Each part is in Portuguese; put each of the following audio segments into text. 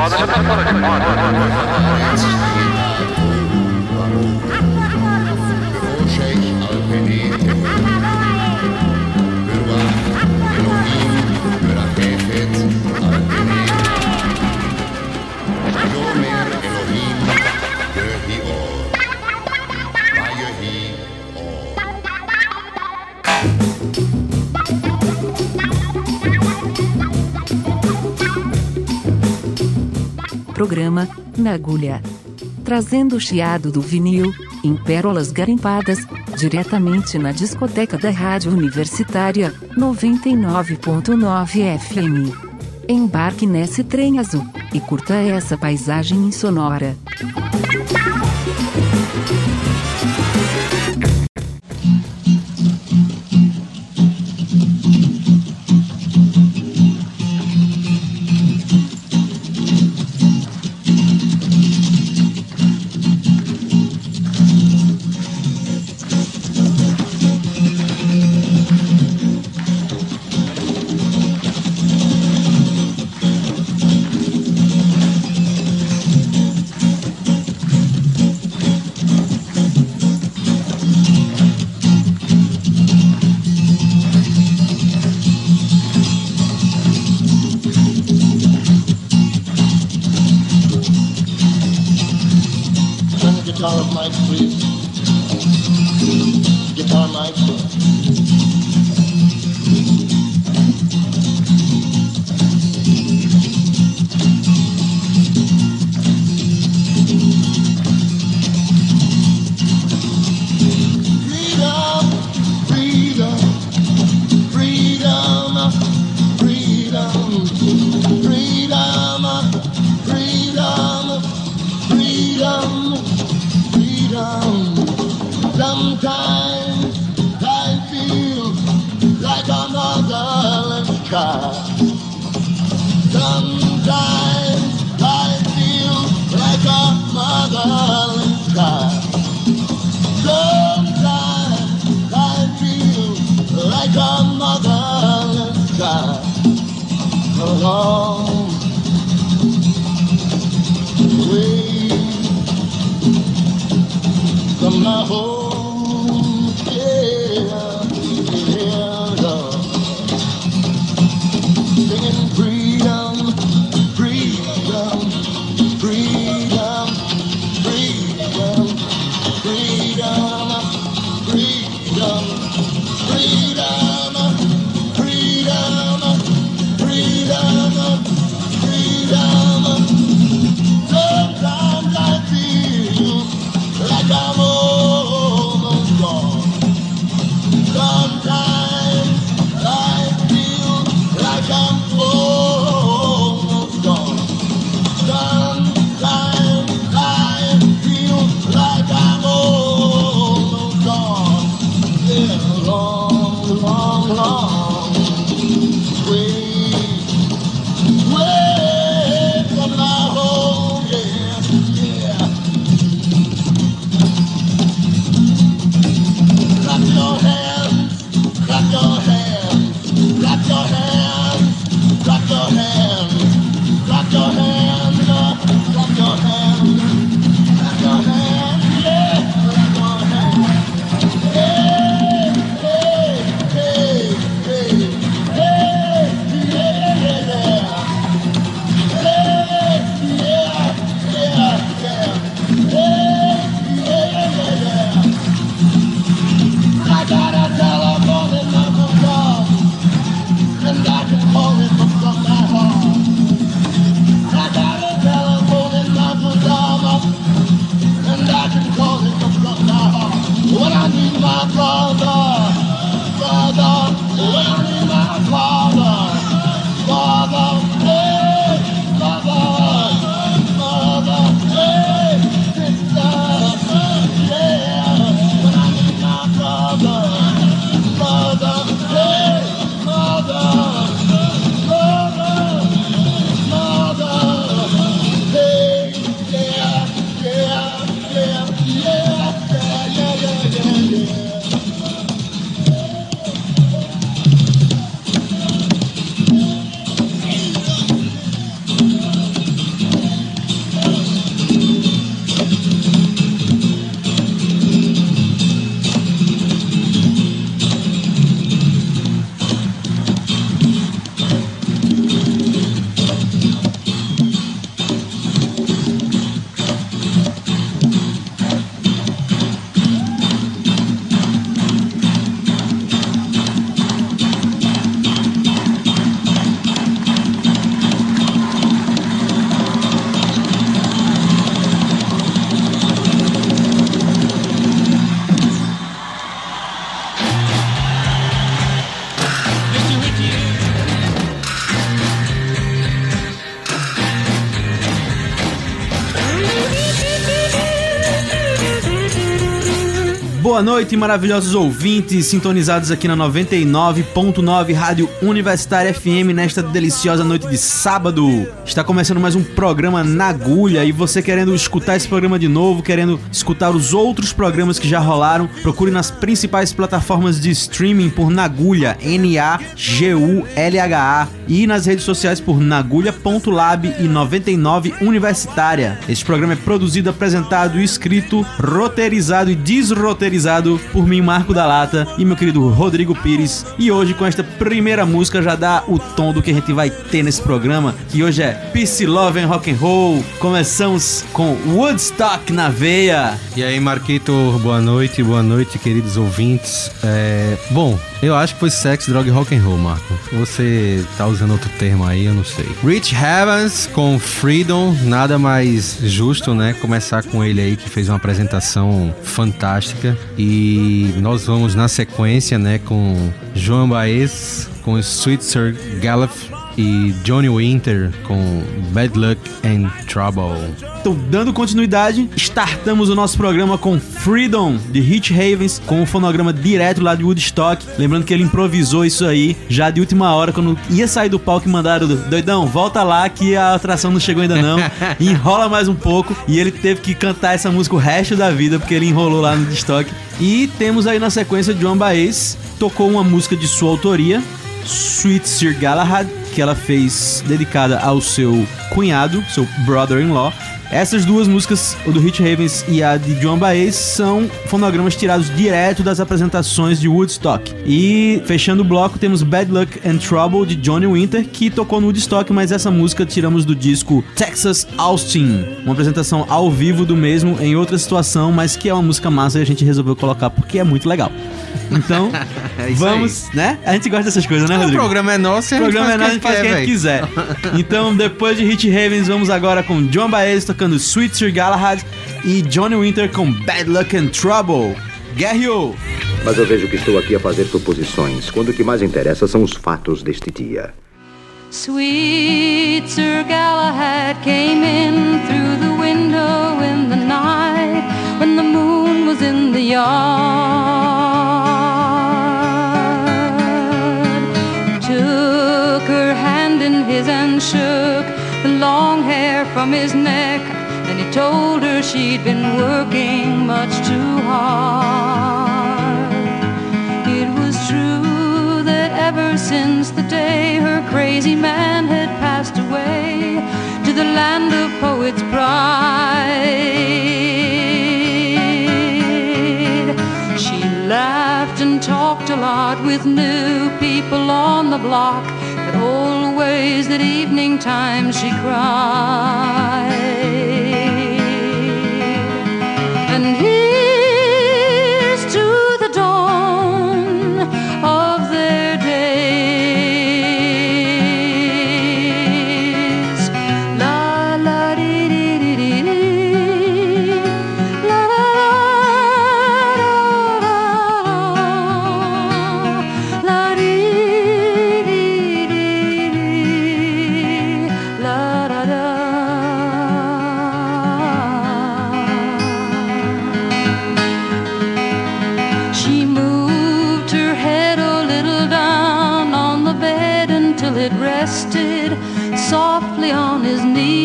moda já tá fora de moda. Programa Na Agulha. Trazendo o chiado do vinil, em pérolas garimpadas, diretamente na discoteca da Rádio Universitária, 99.9 FM. Embarque nesse trem azul, e curta essa paisagem insonora. Guitar of Mike, please. Guitar Mike. Sometimes I feel like a motherless child. Sometimes I feel like a motherless child. Sometimes I feel like a motherless child. Along the way from my home. Boa noite, maravilhosos ouvintes, sintonizados aqui na 99.9 Rádio Universitária FM nesta deliciosa noite de sábado. Está começando mais um programa na agulha e você querendo escutar esse programa de novo, querendo escutar os outros programas que já rolaram, procure nas principais plataformas de streaming por Nagulha, N-A-G-U-L-H-A, e nas redes sociais por nagulha.lab e 99 Universitária. Este programa é produzido, apresentado, escrito, roteirizado e desroteirizado por mim, Marco da Lata, e meu querido Rodrigo Pires. E hoje, com esta primeira música, já dá o tom do que a gente vai ter nesse programa, que hoje é Peace, Love and Rock and Roll. Começamos com Woodstock na veia. E aí, Marquito, boa noite, queridos ouvintes. Bom, eu acho que foi sexo, droga e rock and roll, Marco. Você tá usando outro termo aí, eu não sei. Rich Evans com Freedom, nada mais justo, né? Começar com ele aí, que fez uma apresentação fantástica. E nós vamos na sequência, né, com Joan Baez, com Sweet Sir Galaf e Johnny Winter com Bad Luck and Trouble. Então, dando continuidade, startamos o nosso programa com Freedom, de Rich Havens, com o fonograma direto lá de Woodstock. Lembrando que ele improvisou isso aí já de última hora, quando ia sair do palco e mandaram: doidão, volta lá que a atração não chegou ainda não, enrola mais um pouco. E ele teve que cantar essa música o resto da vida, porque ele enrolou lá no Woodstock. E temos aí na sequência Joan Baez, tocou uma música de sua autoria, Sweet Sir Galahad, que ela fez dedicada ao seu cunhado, seu brother-in-law. Essas duas músicas, o do Rich Havens e a de Joan Baez, são fonogramas tirados direto das apresentações de Woodstock. E fechando o bloco temos Bad Luck and Trouble de Johnny Winter, que tocou no Woodstock, mas essa música tiramos do disco Texas Austin, uma apresentação ao vivo do mesmo em outra situação, mas que é uma música massa e a gente resolveu colocar porque é muito legal. Então, vamos, aí, né? A gente gosta dessas coisas, né, Rodrigo? O programa é nosso e a gente faz o que a gente quiser. Então, depois de Rich Havens, vamos agora com Joan Baez tocando Sweet Sir Galahad e Johnny Winter com Bad Luck and Trouble. Guerreou! Mas eu vejo que estou aqui a fazer proposições, quando o que mais interessa são os fatos deste dia. Sweet Sir Galahad came in through the window in the night when the moon was in the yard. Took her hand in his and shook the long hair from his neck, and he told her she'd been working much too hard. It was true that ever since the day her crazy man had passed away to the land of poets' pride, she laughed and talked a lot with new people on the block, but always at evening time she cried. And here's to the dawn of their days. La la dee dee dee dee dee. La la la la la dee dee dee dee. La da da. She moved her head a little down on the bed until it rested softly on his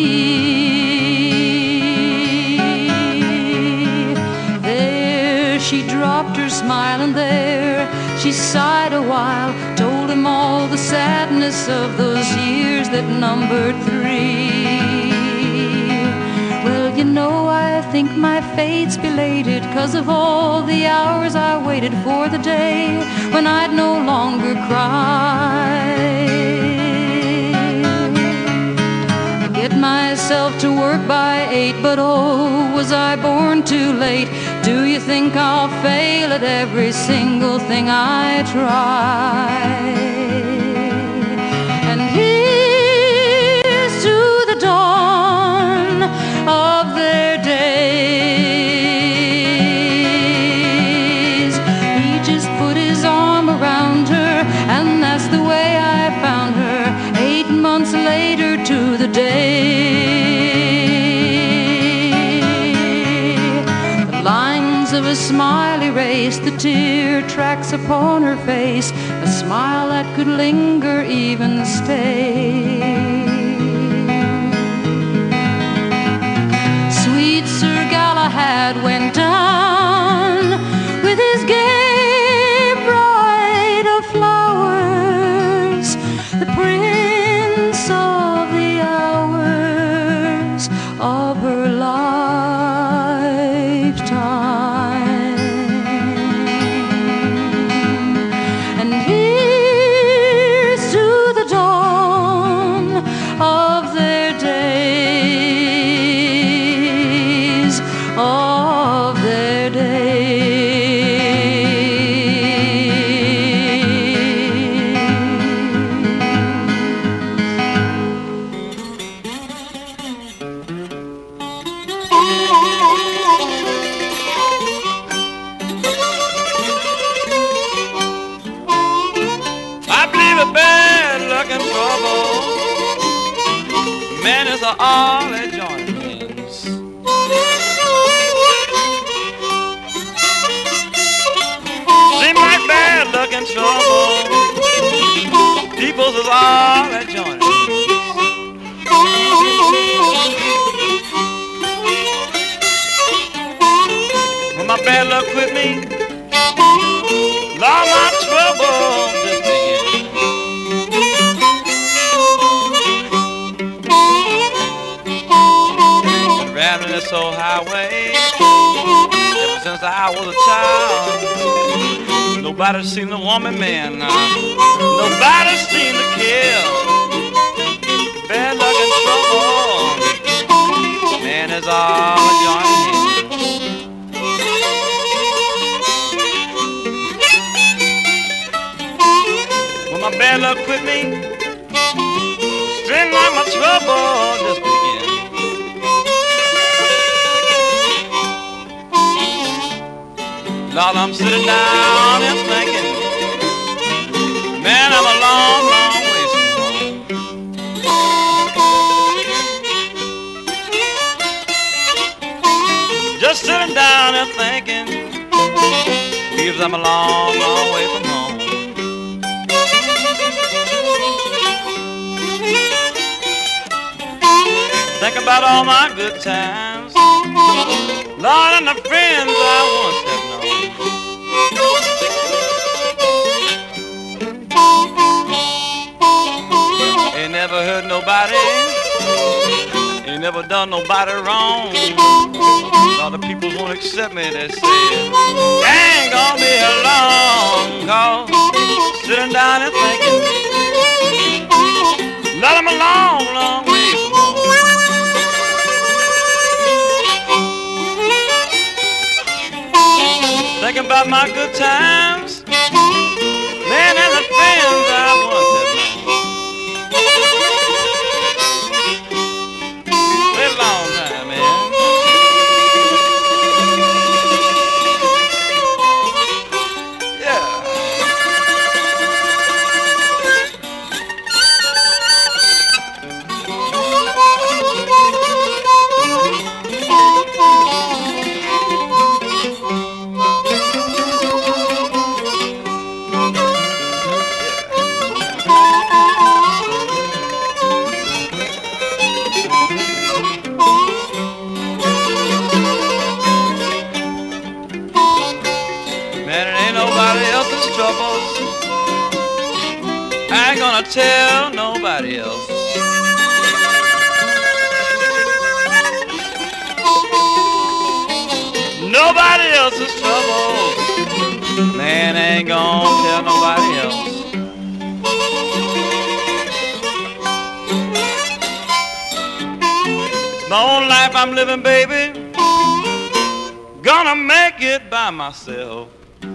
knee. There she dropped her smile, and there she sighed a while, told him all the sadness of those years that numbered 3. Well, you know, I think my fate's belated 'cause of all the hours I waited for the day when I'd no longer cry. I get myself to work by 8, but oh, was I born too late? Do you think I'll fail at every single thing I try? And here's to the dawn of their days. He just put his arm around her, and that's the way I found her 8 months later to the day. The lines of a smile erased trace the tear tracks upon her face, a smile that could linger, even stay. Sweet Sir Galahad went down with his gay bride of flowers, the prince of the hours of her lifetime. And here's to the dawn of their days, of their days. I believe a bad luck and trouble, man, is all that joint means. Seem like bad luck and trouble, people's is all that joint means. When my bad luck quit me, Lord, my trouble just began. Riding this old highway ever since I was a child. Nobody seen the woman, man. Nobody seen the kill. Bad luck and trouble, man, is all a joint hand. When my bad luck quit me, string like my trouble just began. Lord, I'm sitting down and thinking, man, I'm a long, long ways from home. Just sitting down and thinking, feels I'm a long, long way from home. Think about all my good times, Lord, and the friends I once have known. Ain't never hurt nobody, ain't never done nobody wrong. All the people won't accept me, they say I ain't gonna be alone. Cause sitting down and thinking, Lord, I'm a long, long way from home. Thinking about my good times, man, and the friends I once have known. Been a long time, man. Yeah. Troubles, I ain't gonna tell nobody else. Nobody else's troubles, man, I ain't gonna tell nobody else. It's my own life I'm living, baby, gonna make it by myself.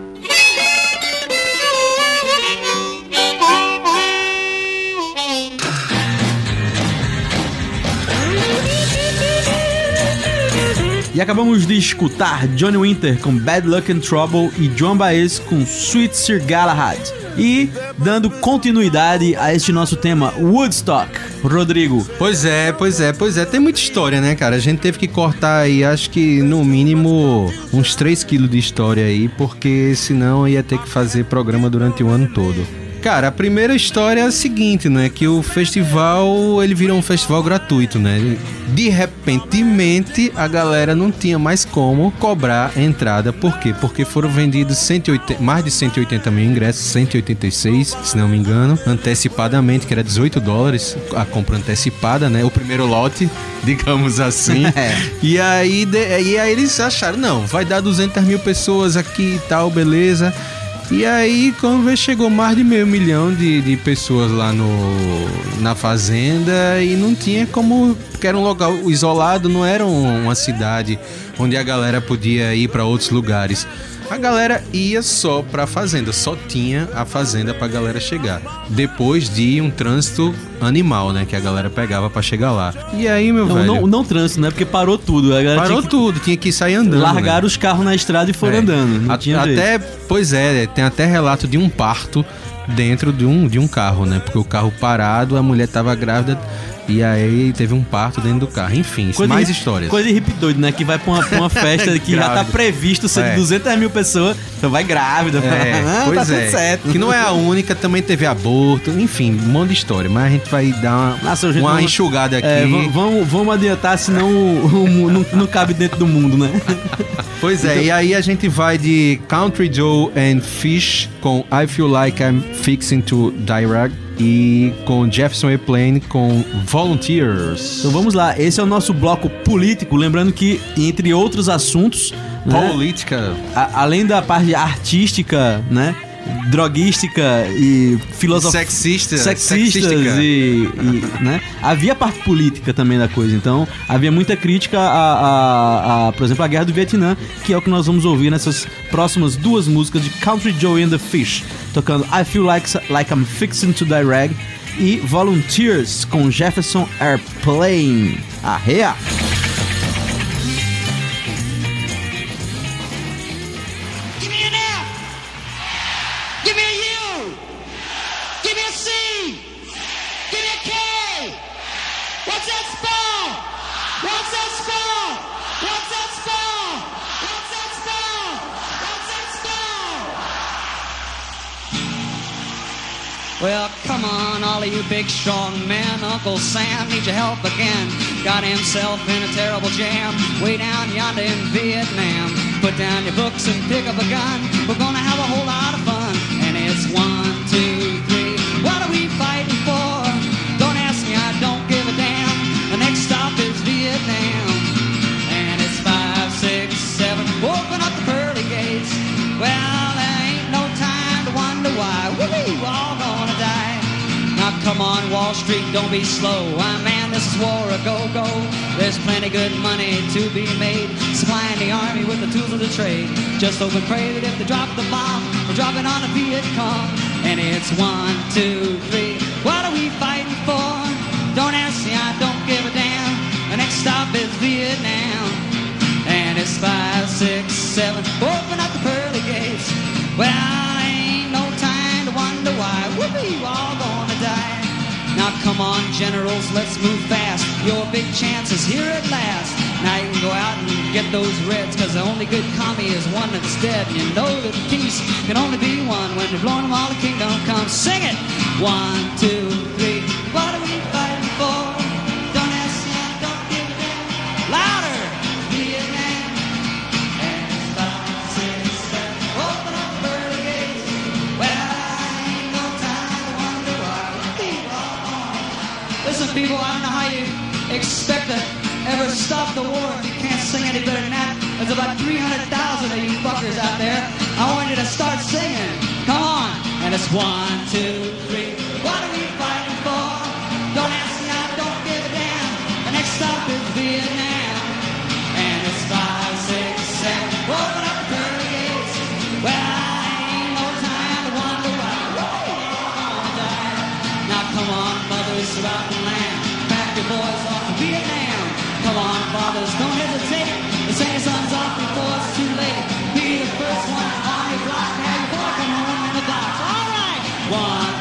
E acabamos de escutar Johnny Winter com Bad Luck and Trouble e Joan Baez com Sweet Sir Galahad. E dando continuidade a este nosso tema, Woodstock. Rodrigo. Pois é. Tem muita história, né, cara? A gente teve que cortar aí, acho que no mínimo uns 3 quilos de história aí, porque senão ia ter que fazer programa durante o ano todo. Cara, a primeira história é a seguinte, né? Que o festival, ele virou um festival gratuito, né? De repentemente, a galera não tinha mais como cobrar entrada. Por quê? Porque foram vendidos mais de 180 mil ingressos, 186, se não me engano, antecipadamente, que era $18, a compra antecipada, né? O primeiro lote, digamos assim. E aí eles acharam, não, vai dar 200 mil pessoas aqui e tal, beleza. E aí, quando chegou mais de 500 mil de pessoas lá na fazenda e não tinha como, porque era um local isolado, não era uma cidade onde a galera podia ir para outros lugares. A galera ia só pra fazenda, só tinha a fazenda pra galera chegar. Depois de um trânsito animal, né, que a galera pegava pra chegar lá. E aí, meu velho... Não trânsito, né, porque parou tudo. Parou tudo, tinha que sair andando. Largaram, né, os carros na estrada e foram andando. Não tinha jeito. Pois é, tem até relato de um parto dentro de um carro, né, porque o carro parado, a mulher tava grávida... E aí teve um parto dentro do carro. Enfim, mais histórias. Coisa de hippie doido, né? Que vai pra uma festa que já tá previsto ser de 200 mil pessoas. Então vai grávida. Pois tá tudo certo. Que não é a única, também teve aborto. Enfim, um monte de história. Mas a gente vai dar uma enxugada aqui. Vamos adiantar, senão não cabe dentro do mundo, né? Pois é, então... E aí a gente vai de Country Joe and Fish com I Feel Like I'm Fixing to Die Rag. E com Jefferson Airplane com Volunteers. Então vamos lá, esse é o nosso bloco político. Lembrando que, entre outros assuntos, política, né, além da parte artística, né, droguística e sexistas e né, havia parte política também da coisa. Então havia muita crítica a por exemplo, a Guerra do Vietnã, que é o que nós vamos ouvir nessas próximas 2 músicas de Country Joe and the Fish, tocando I Feel Like I'm Fixing to Die Rag e Volunteers com Jefferson Airplane. Arreia! Well, come on, all of you big, strong men. Uncle Sam needs your help again. Got himself in a terrible jam way down yonder in Vietnam. Put down your books and pick up a gun. We're gonna have a whole lot of fun. And it's 1, 2, 3. What are we fighting for? Don't ask me, I don't give a damn. The next stop is Vietnam. And it's 5, 6, 7. Open up the pearly gates. Well, there ain't no time to wonder why. We're all gonna die. Now come on, Wall Street, don't be slow. Man, this is war a go-go. There's plenty good money to be made, supplying the army with the tools of the trade. Just hope and pray that if they drop the bomb, we're dropping on the Viet Cong. And it's 1, 2, 3. What are we fighting for? Don't ask me, I don't give a damn. The next stop is Vietnam. And it's 5, 6, 7. Open up the pearly gates. Well, ain't no time to wonder why. We're all gonna die. Now come on, generals, let's move fast. Your big chance is here at last. Now you can go out and get those reds, cause the only good commie is one that's dead. And you know that peace can only be one when you've blown them all, the kingdom comes. Sing it! 1, 2, 3. What are we fighting for? Don't ask me, I don't give a damn. Louder! Vietnam. And 5, 6, 7. Open up the pearly gates. Well, ain't no time to wonder why. Listen, people, I don't know how you expect to ever stop the war if you can't sing any better than that. There's about 300,000 of you fuckers out there. I want you to start singing. Come on. And it's 1, 2, 3. What are we fighting for? Don't ask me, I don't give a damn. The next stop is Vietnam. And it's 5, 6, 7. Open up the pearly gates. Well, ain't no time to wonder why. We're all gonna die. Now come on, mothers throughout the land. Pack your boys off to Vietnam. Come on, fathers, don't hesitate. The same son's off before it's too late. Be the first one on your block. Have your boy come home in the box. All right,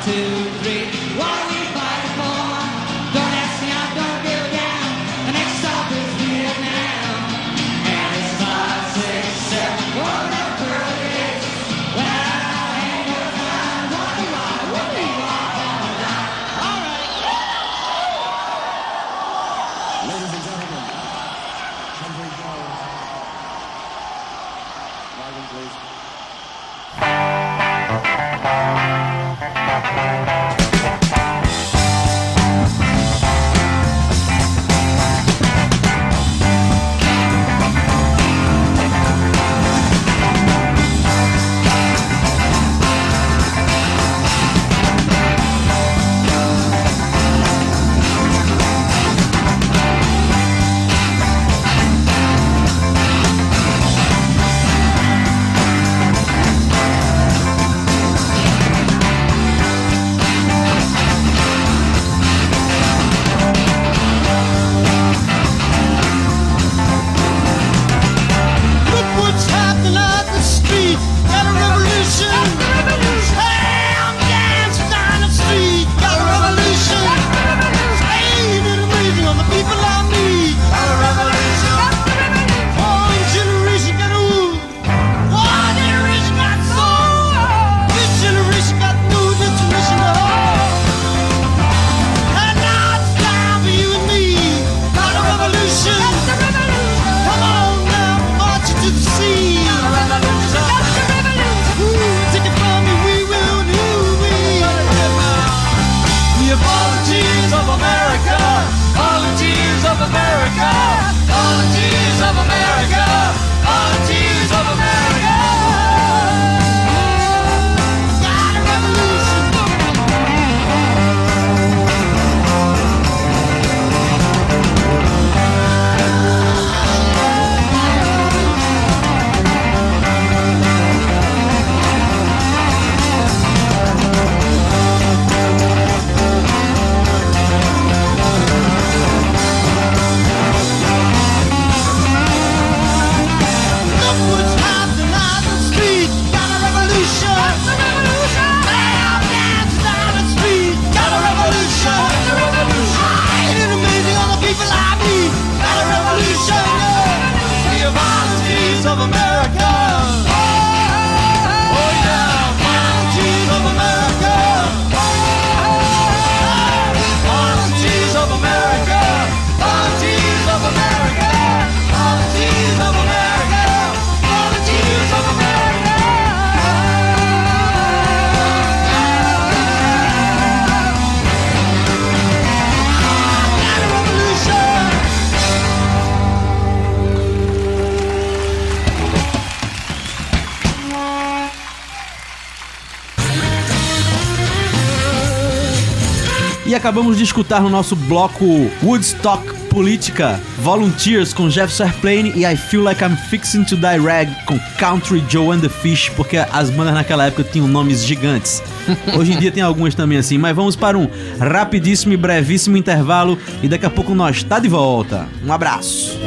E acabamos de escutar no nosso bloco Woodstock Política, Volunteers com Jefferson Airplane e I Feel Like I'm Fixing to Die Rag com Country Joe and the Fish, porque as bandas naquela época tinham nomes gigantes. Hoje em dia tem algumas também assim, mas vamos para um rapidíssimo e brevíssimo intervalo e daqui a pouco nós tá de volta. Um abraço!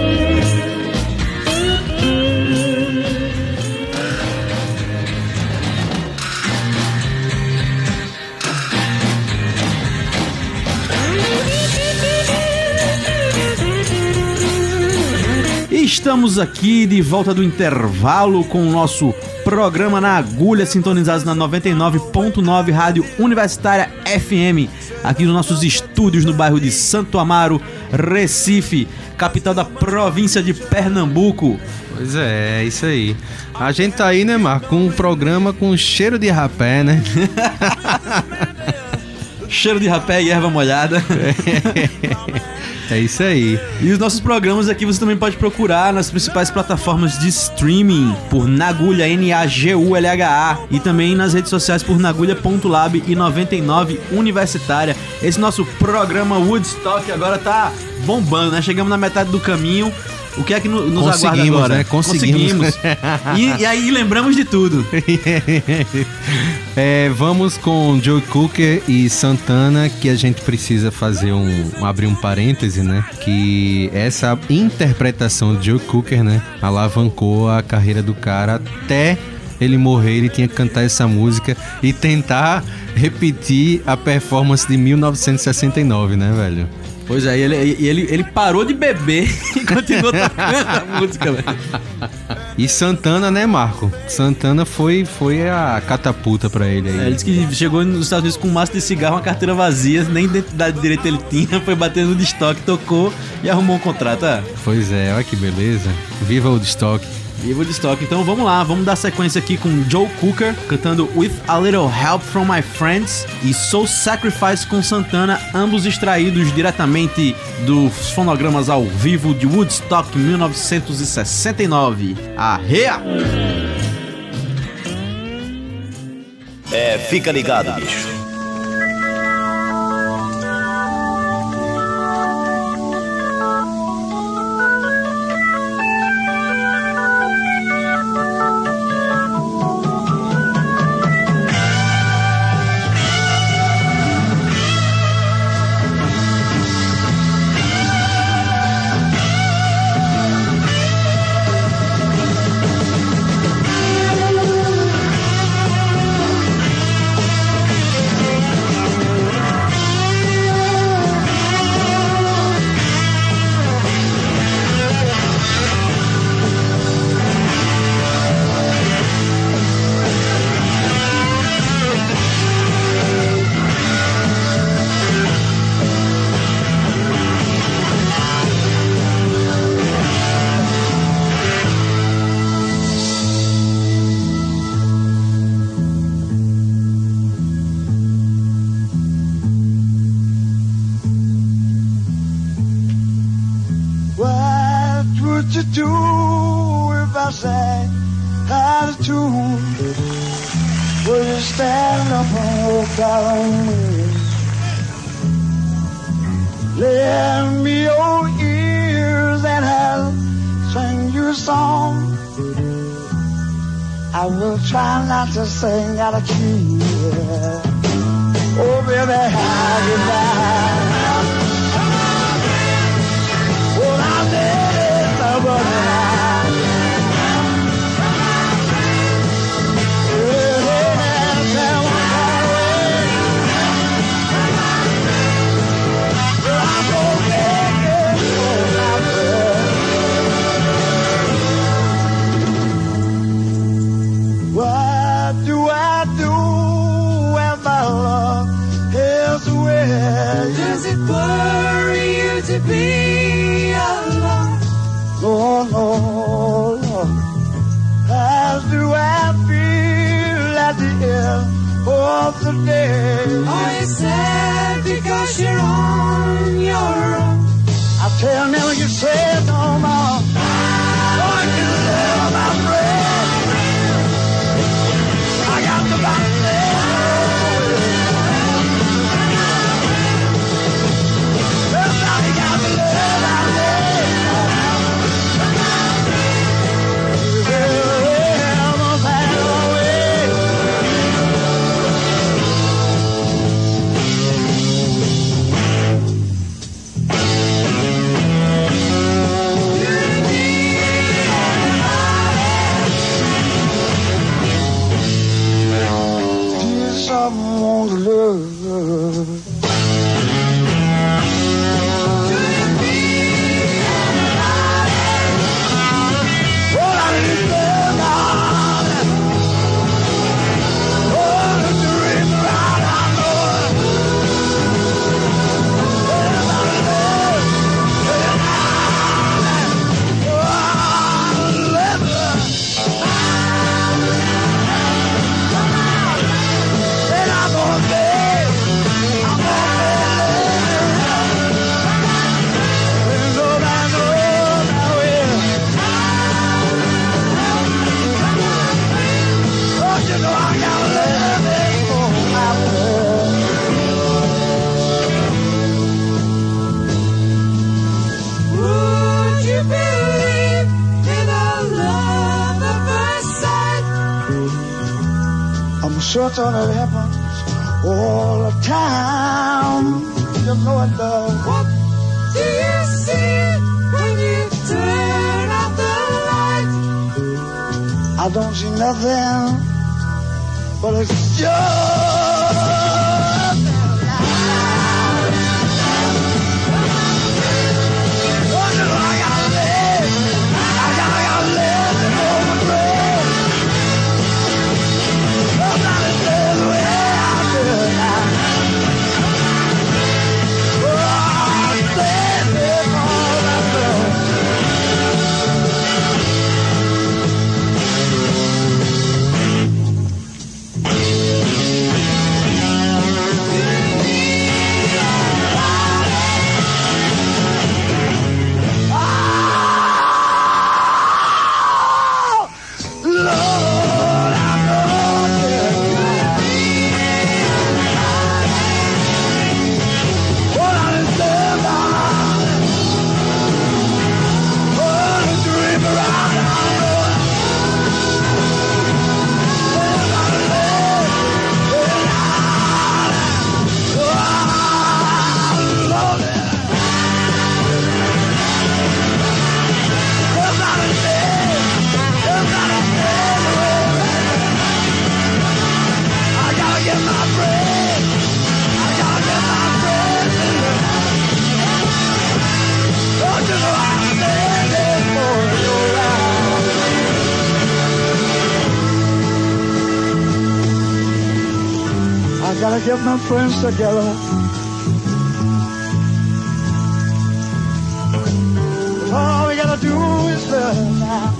Estamos aqui de volta do intervalo com o nosso programa na agulha, sintonizados na 99.9 Rádio Universitária FM, aqui nos nossos estúdios no bairro de Santo Amaro, Recife, capital da província de Pernambuco. Pois é isso aí. A gente tá aí, né, Marco, com um programa com cheiro de rapé, né? Cheiro de rapé e erva molhada. É isso aí. E os nossos programas aqui você também pode procurar nas principais plataformas de streaming por Nagulha, Nagulha, e também nas redes sociais por Nagulha.lab e 99 Universitária. Esse nosso programa Woodstock agora tá bombando, né? Chegamos na metade do caminho. O que é que nos aguarda agora? Né? Conseguimos. E aí lembramos de tudo. Vamos com Joe Cocker e Santana, que a gente precisa fazer abrir um parêntese, né? Que essa interpretação de Joe Cocker, né, alavancou a carreira do cara até ele morrer, ele tinha que cantar essa música e tentar repetir a performance de 1969, né, velho? Pois é, ele parou de beber e continuou tocando a música, velho. E Santana, né, Marco? Santana foi a catapulta pra ele aí. Ele disse que chegou nos Estados Unidos com um maço de cigarro, uma carteira vazia, nem identidade direita ele tinha, foi batendo no Woodstock, tocou e arrumou um contrato. Pois é, olha que beleza. Viva o Woodstock. E Woodstock. Então vamos lá, vamos dar sequência aqui com Joe Cocker cantando With a Little Help From My Friends e Soul Sacrifice com Santana, ambos extraídos diretamente dos fonogramas ao vivo de Woodstock 1969. Arreia! Fica ligado, bicho. Lend me your ears and I'll sing you a song. I will try not to sing out of key. Oh, baby, how you like? Well, I did love you. Does it worry you to be alone? No, no, no. How do I feel at the end of the day? Are you sad because you're on your own? I tell me you say no more. I can live my breath. I got the body. Someone's love. Certain it happens all the time. You know it does. What do you see when you turn out the light? I don't see nothing but a joy. Gotta get my friends together. All we gotta do is love now.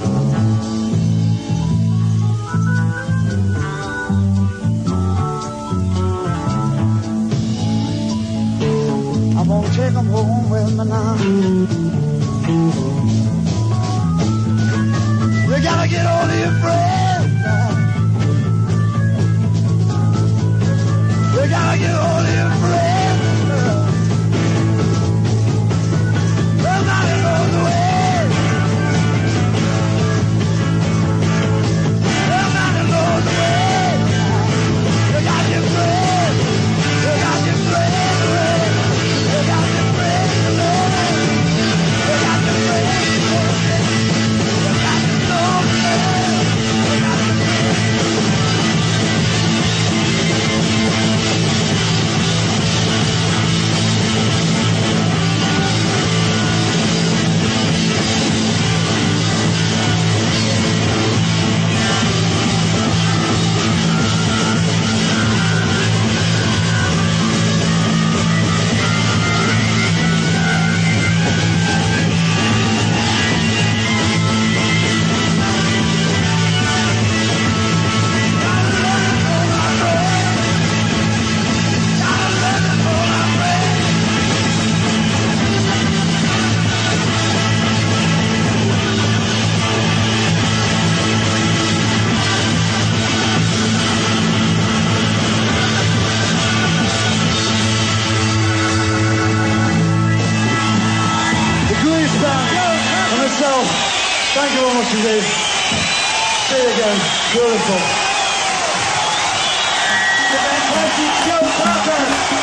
I'm gonna take them home with me now. You gotta get all of your friends now. You gotta get all of your friends. Nobody knows the way. Nobody knows the way. You got your friends. You got your friends. You got your friends. You got your friends. You got your friends. You got your Thank you very much indeed. See you again. Beautiful. Joe Parker.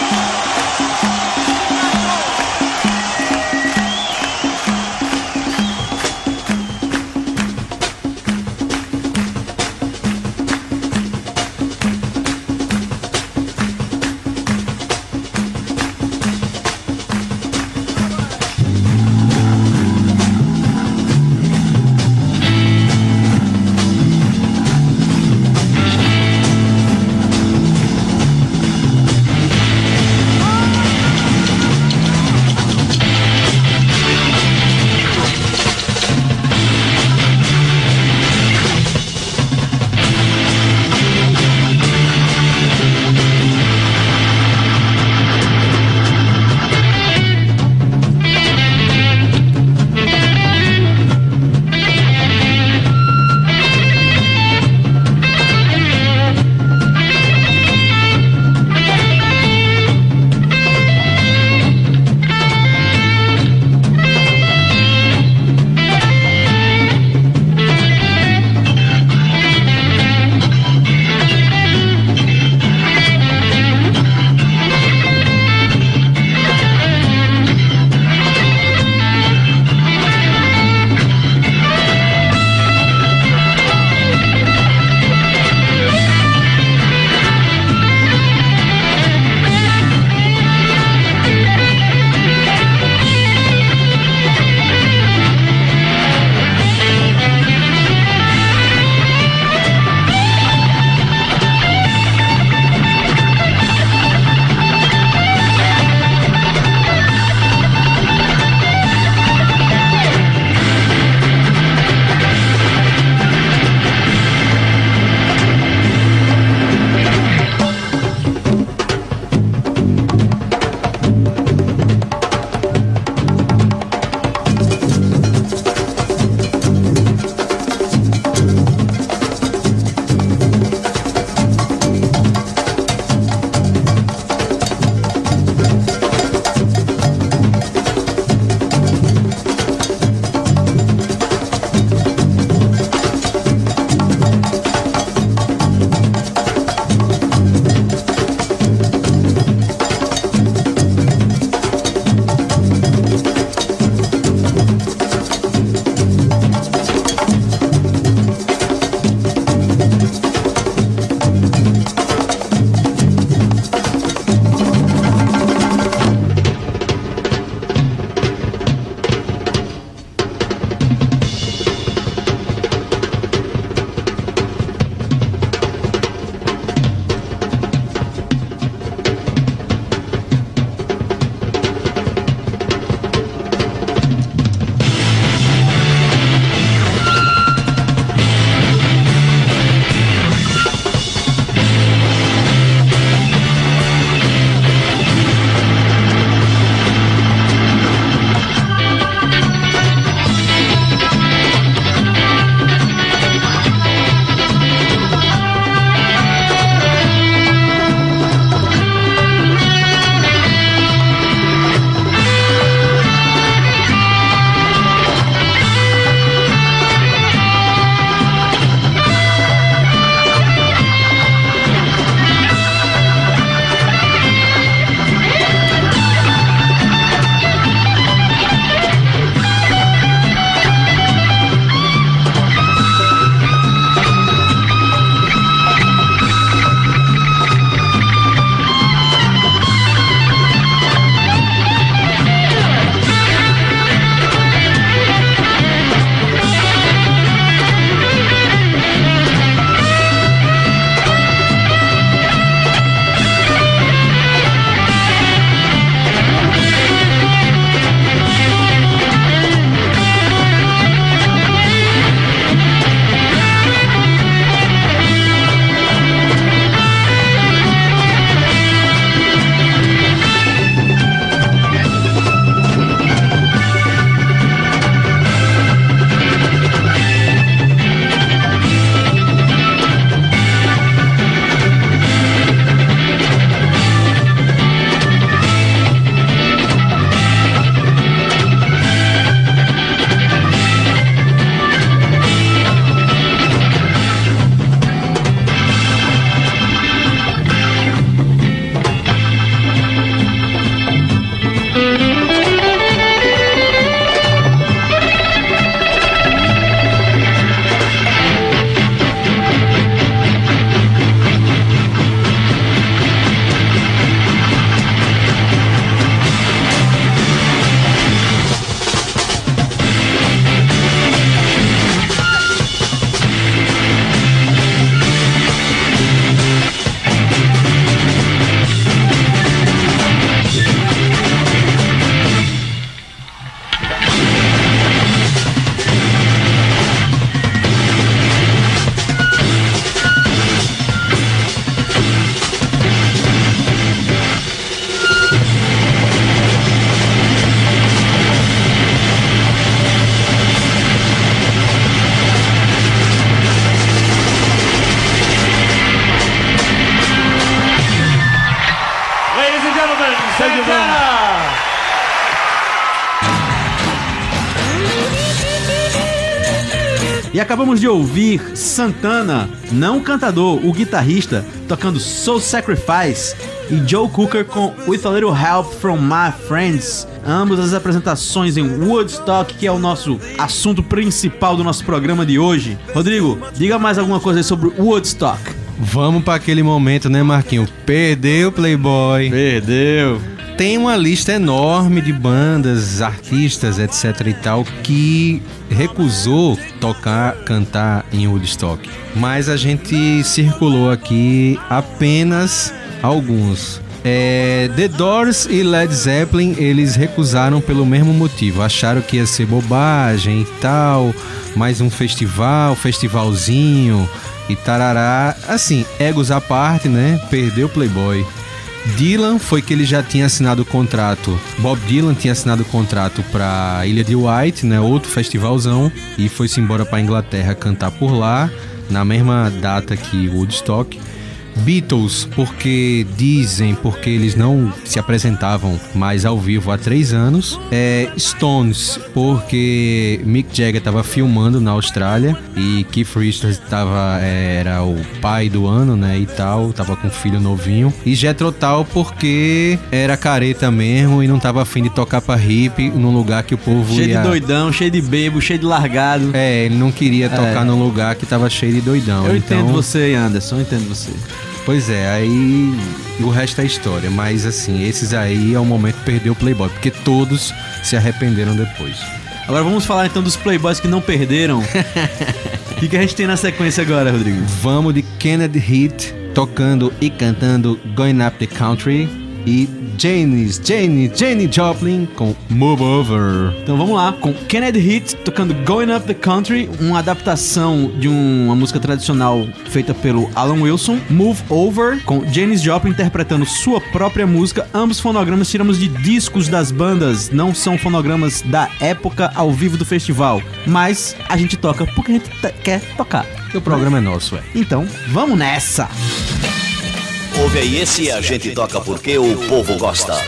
Santana! E acabamos de ouvir Santana, não o cantador, o guitarrista, tocando Soul Sacrifice, e Joe Cocker com With a Little Help From My Friends, ambas as apresentações em Woodstock, que é o nosso assunto principal do nosso programa de hoje. Rodrigo, diga mais alguma coisa aí sobre Woodstock. Vamos para aquele momento, né, Marquinho? Perdeu, Playboy. Perdeu. Tem uma lista enorme de bandas, artistas, etc e tal, que recusou cantar em Woodstock. Mas a gente circulou aqui apenas alguns. The Doors e Led Zeppelin, eles recusaram pelo mesmo motivo. Acharam que ia ser bobagem e tal, mais um festivalzinho e tarará. Assim, egos à parte, né? Perdeu o Playboy. Dylan foi que ele já tinha assinado o contrato. Bob Dylan tinha assinado o contrato pra Ilha de White, né? Outro festivalzão. E foi-se embora pra Inglaterra cantar por lá, na mesma data que Woodstock. Beatles, porque eles não se apresentavam mais ao vivo há 3 anos. Stones, porque Mick Jagger estava filmando na Austrália e Keith Richards era o pai do ano, né, e tal, tava com um filho novinho. E Jethro Tull, porque era careta mesmo e não tava afim de tocar pra hippie num lugar que o povo cheio de doidão, cheio de bebo, cheio de largado. Ele não queria tocar num lugar que tava cheio de doidão. Eu entendo você, Anderson, eu entendo você. Pois é, aí o resto é história, mas assim, esses aí é o momento que perdeu o Playboy, porque todos se arrependeram depois. Agora vamos falar então dos Playboys que não perderam. O que a gente tem na sequência agora, Rodrigo? Vamos de Kennedy Heat tocando e cantando Going Up the Country e Janis Joplin com Move Over. Então vamos lá, com Kennedy Heat tocando Going Up the Country, uma adaptação de uma música tradicional feita pelo Alan Wilson. Move Over, com Janis Joplin interpretando sua própria música. Ambos fonogramas tiramos de discos das bandas, não são fonogramas da época ao vivo do festival, mas a gente toca porque a gente quer tocar. O programa é nosso, Então, vamos nessa! Ouve aí, esse a gente toca porque o povo gosta.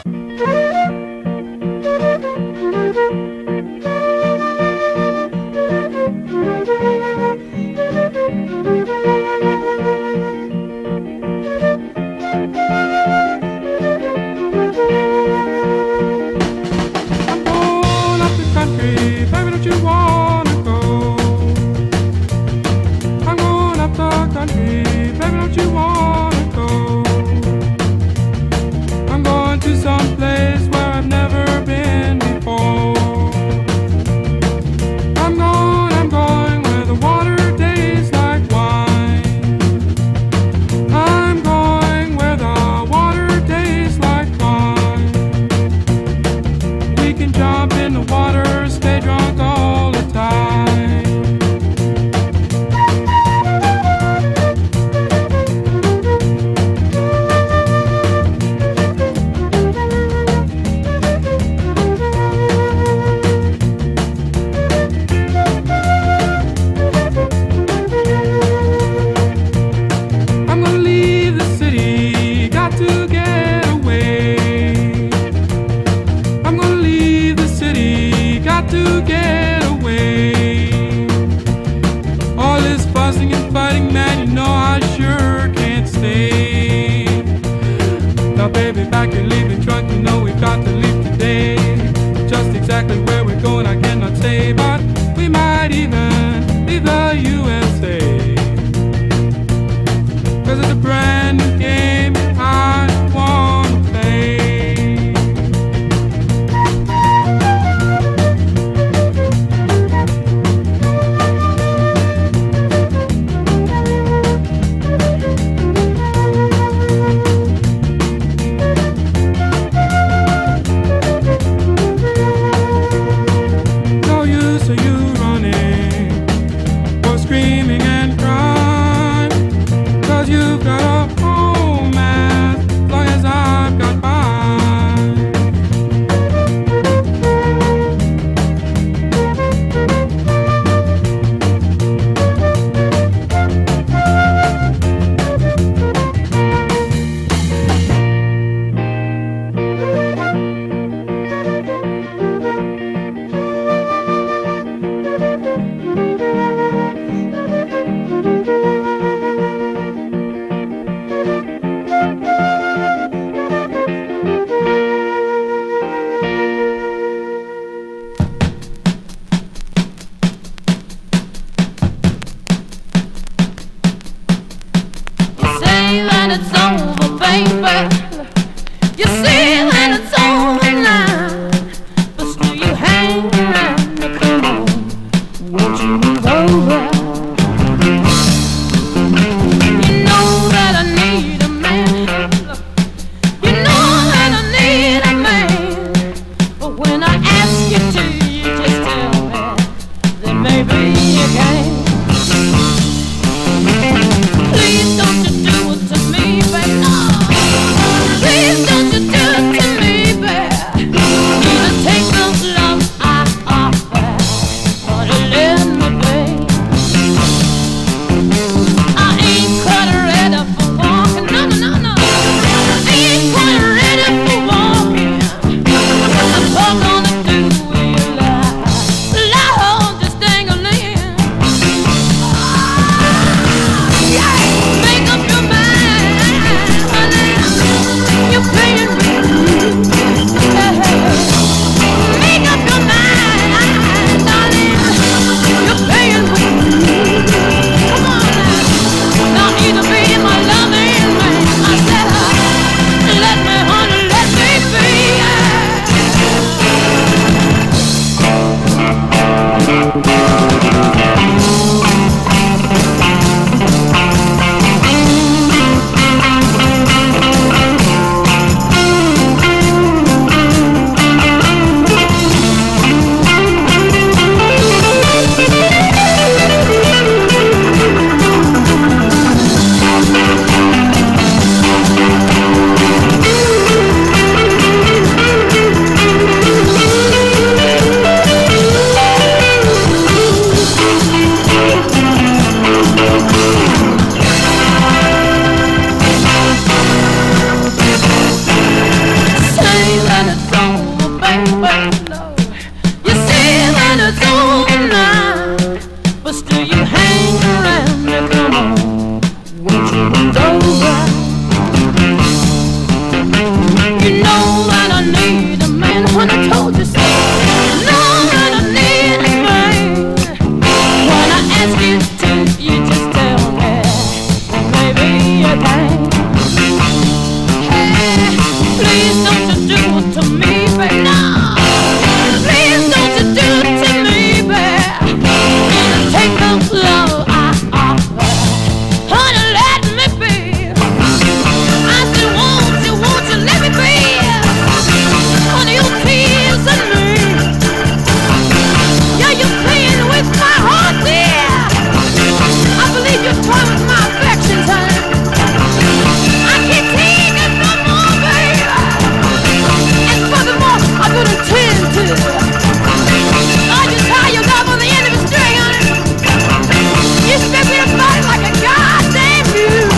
baby. You see that it's over now, but still you hang around. Now come on, won't you move over? You know that I need a man. You know that I need a man. But when I ask you to, you just tell me that maybe you can't. Please don't you do it to me, baby. No. Please don't you do it to me, baby. Either take the love I offer or let me be. I ain't quite ready for walking. No, no, no, no. I ain't quite ready for walking. I'm all gonna do is lie, just dangling. Make up your mind, honey. You're paying me. Make up your mind, darling. You're paying me. Come on now. Now either be my loving man. I said, let me, honey, let me be. Say that it's over, baby. No. You say that it's over now, but still you hang around. Now come on, won't you move over? You know that I need a man when I told you so. You know that I need a man. When I ask you to, you just tell me that maybe you can't. Hey, please don't you do it to me, baby. No, please don't you do it to me, baby. Take the love I offer, honey, let me be. I said, won't you let me be? Honey, you teasing me. Yeah, you're playing with my heart, dear. I believe you're toying with my affections, honey. I can't take it no more, baby. And furthermore, I'm gonna tend to. I just tie you up on the end of a string, honey. You step in a body like a goddamn mule.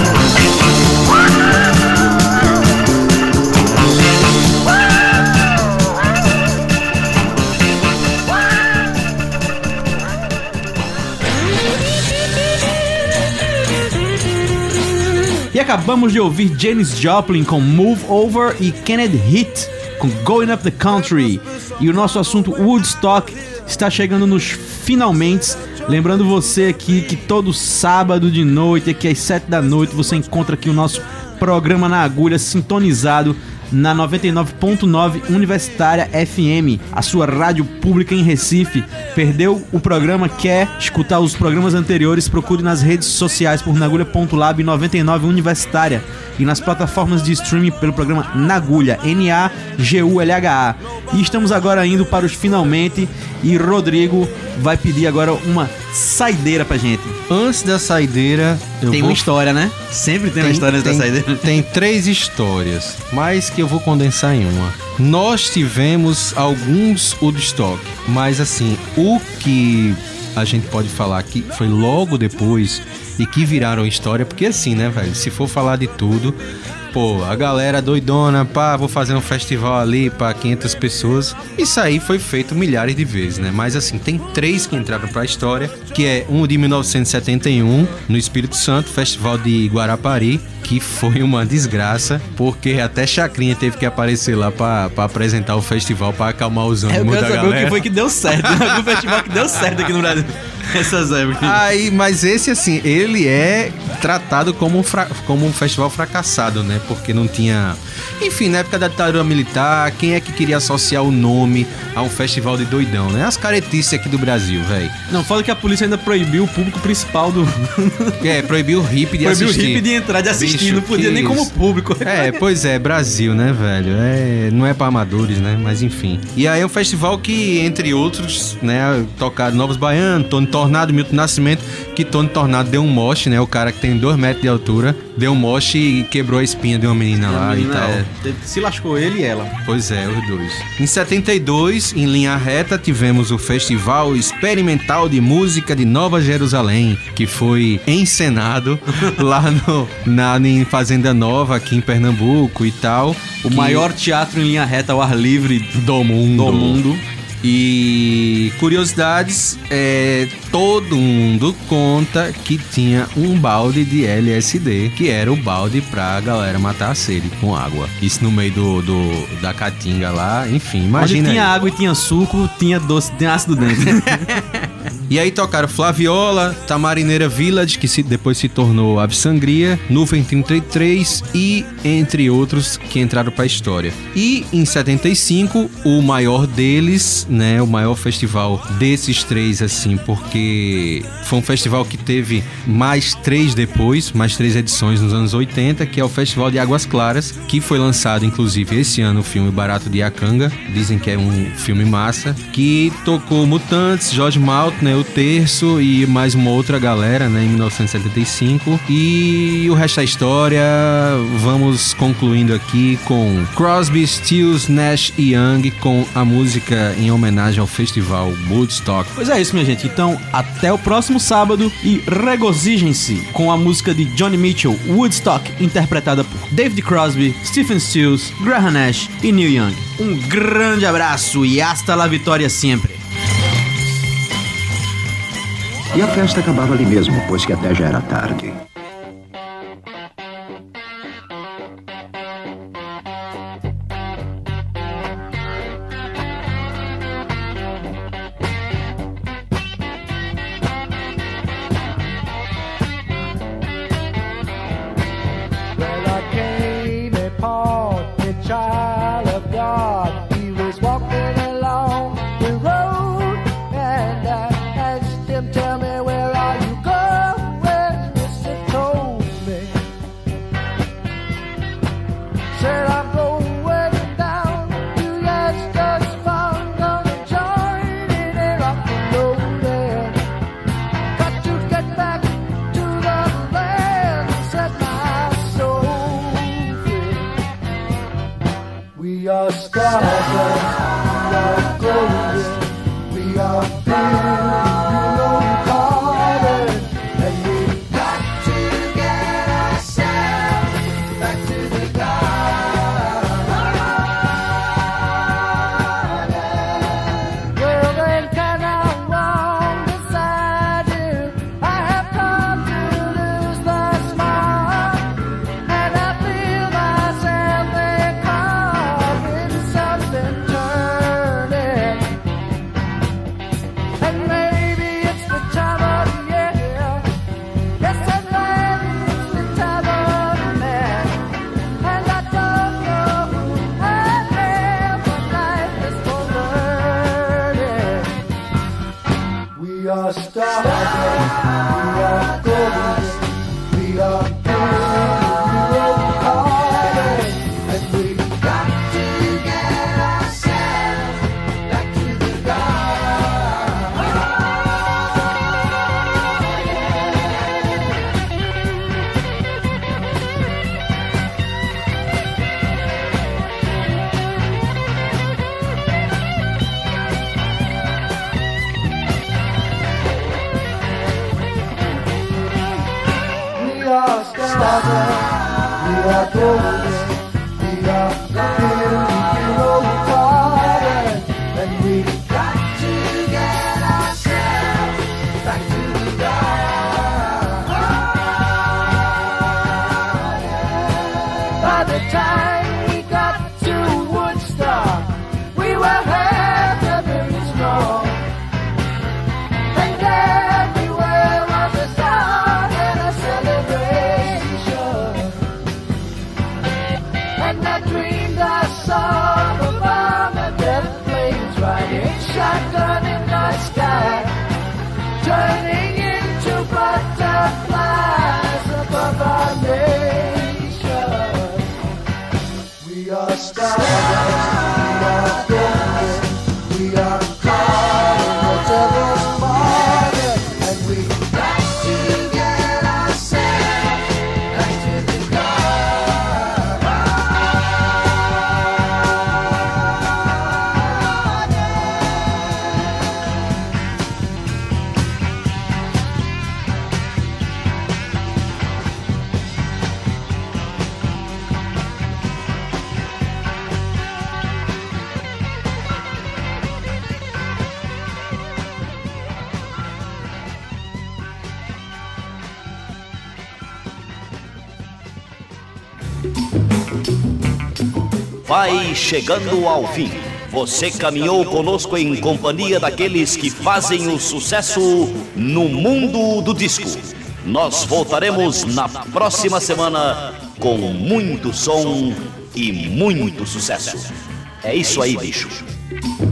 E acabamos de ouvir Janis Joplin com Move Over e Kenneth Heat com Going Up the Country. E o nosso assunto Woodstock está chegando nos finalmente. Lembrando você aqui que todo sábado de noite, aqui às 7 da noite, você encontra aqui o nosso programa na agulha sintonizado na 99.9 Universitária FM, a sua rádio pública em Recife. Perdeu o programa, quer escutar os programas anteriores, procure nas redes sociais por nagulha.lab 99 Universitária e nas plataformas de streaming pelo programa Nagulha, Nagulha. E estamos agora indo para os finalmente e Rodrigo vai pedir agora uma saideira pra gente. Antes da saideira, Tem uma história, né? Sempre tem uma história antes da saideira. Tem 3 histórias, mas que eu vou condensar em uma. Nós tivemos alguns Woodstock, mas assim, o que a gente pode falar que foi logo depois e que viraram história, porque assim, né, velho? Se for falar de tudo, pô, a galera doidona, pá, vou fazer um festival ali pra 500 pessoas. Isso aí foi feito milhares de vezes, né? Mas assim, tem 3 que entraram pra história, que é um de 1971, no Espírito Santo, Festival de Guarapari, que foi uma desgraça, porque até Chacrinha teve que aparecer lá pra apresentar o festival, pra acalmar os ânimos da galera. Eu quero saber o que foi que deu certo, né? Algum festival que deu certo aqui no Brasil. Essas épocas. Aí, mas esse, assim, ele é tratado como um festival fracassado, né? Porque não tinha... Enfim, na época da ditadura militar, quem é que queria associar o nome a um festival de doidão, né? As caretices aqui do Brasil, velho. Não, foda que a polícia ainda proibiu o público principal do... Proibiu o hippie de assistir. Proibiu o hippie de entrar, de assistir. Bicho, não podia nem como público. Pois é, Brasil, né, velho? Não é pra amadores, né? Mas enfim. E aí é um festival que, entre outros, né, tocaram Novos Baianos, Tony Tornado, Milton Nascimento, que Tony Tornado deu um moche, né? O cara que tem 2 metros de altura, deu um moche e quebrou a espinha de uma menina lá e tal. Se lascou ele e ela. Pois é, os dois. Em 72, em linha reta, tivemos o Festival Experimental de Música de Nova Jerusalém, que foi encenado lá em Fazenda Nova, aqui em Pernambuco e tal. O maior teatro em linha reta ao ar livre do mundo. E curiosidades, todo mundo conta que tinha um balde de LSD, que era o balde pra galera matar a sede com água. Isso no meio da caatinga lá, enfim, imagina. Onde tinha água e tinha suco, tinha doce, tinha ácido dentro. E aí tocaram Flaviola, Tamarineira Village, que depois se tornou Ave Sangria, Nuvem 33 e entre outros que entraram pra história. E em 75, o maior deles, né, o maior festival desses 3, assim, porque foi um festival que teve mais 3 edições nos anos 80, que é o Festival de Águas Claras, que foi lançado, inclusive, esse ano o filme Barato de Iacanga, dizem que é um filme massa, que tocou Mutantes, Jorge Maltner, né, o Terço e mais uma outra galera, né, em 1975. E o resto da história, vamos concluindo aqui com Crosby, Stills, Nash e Young, com a música em homenagem ao festival Woodstock. Pois é isso, minha gente. Então, até o próximo sábado e regozijem-se com a música de Johnny Mitchell, Woodstock, interpretada por David Crosby, Stephen Stills, Graham Nash e Neil Young. Um grande abraço e hasta la vitória sempre. E a festa acabava ali mesmo, pois que até já era tarde. And And I dreamed I saw the bomb and death flames riding shotgun in the sky, turning into butterflies above our nation. We are stars, we are golden, we are caught in the devil's market, and we got to get ourselves back to the Vai chegando ao fim. Você caminhou conosco em companhia daqueles que fazem o sucesso no mundo do disco. Nós voltaremos na próxima semana com muito som e muito sucesso. É isso aí, bicho.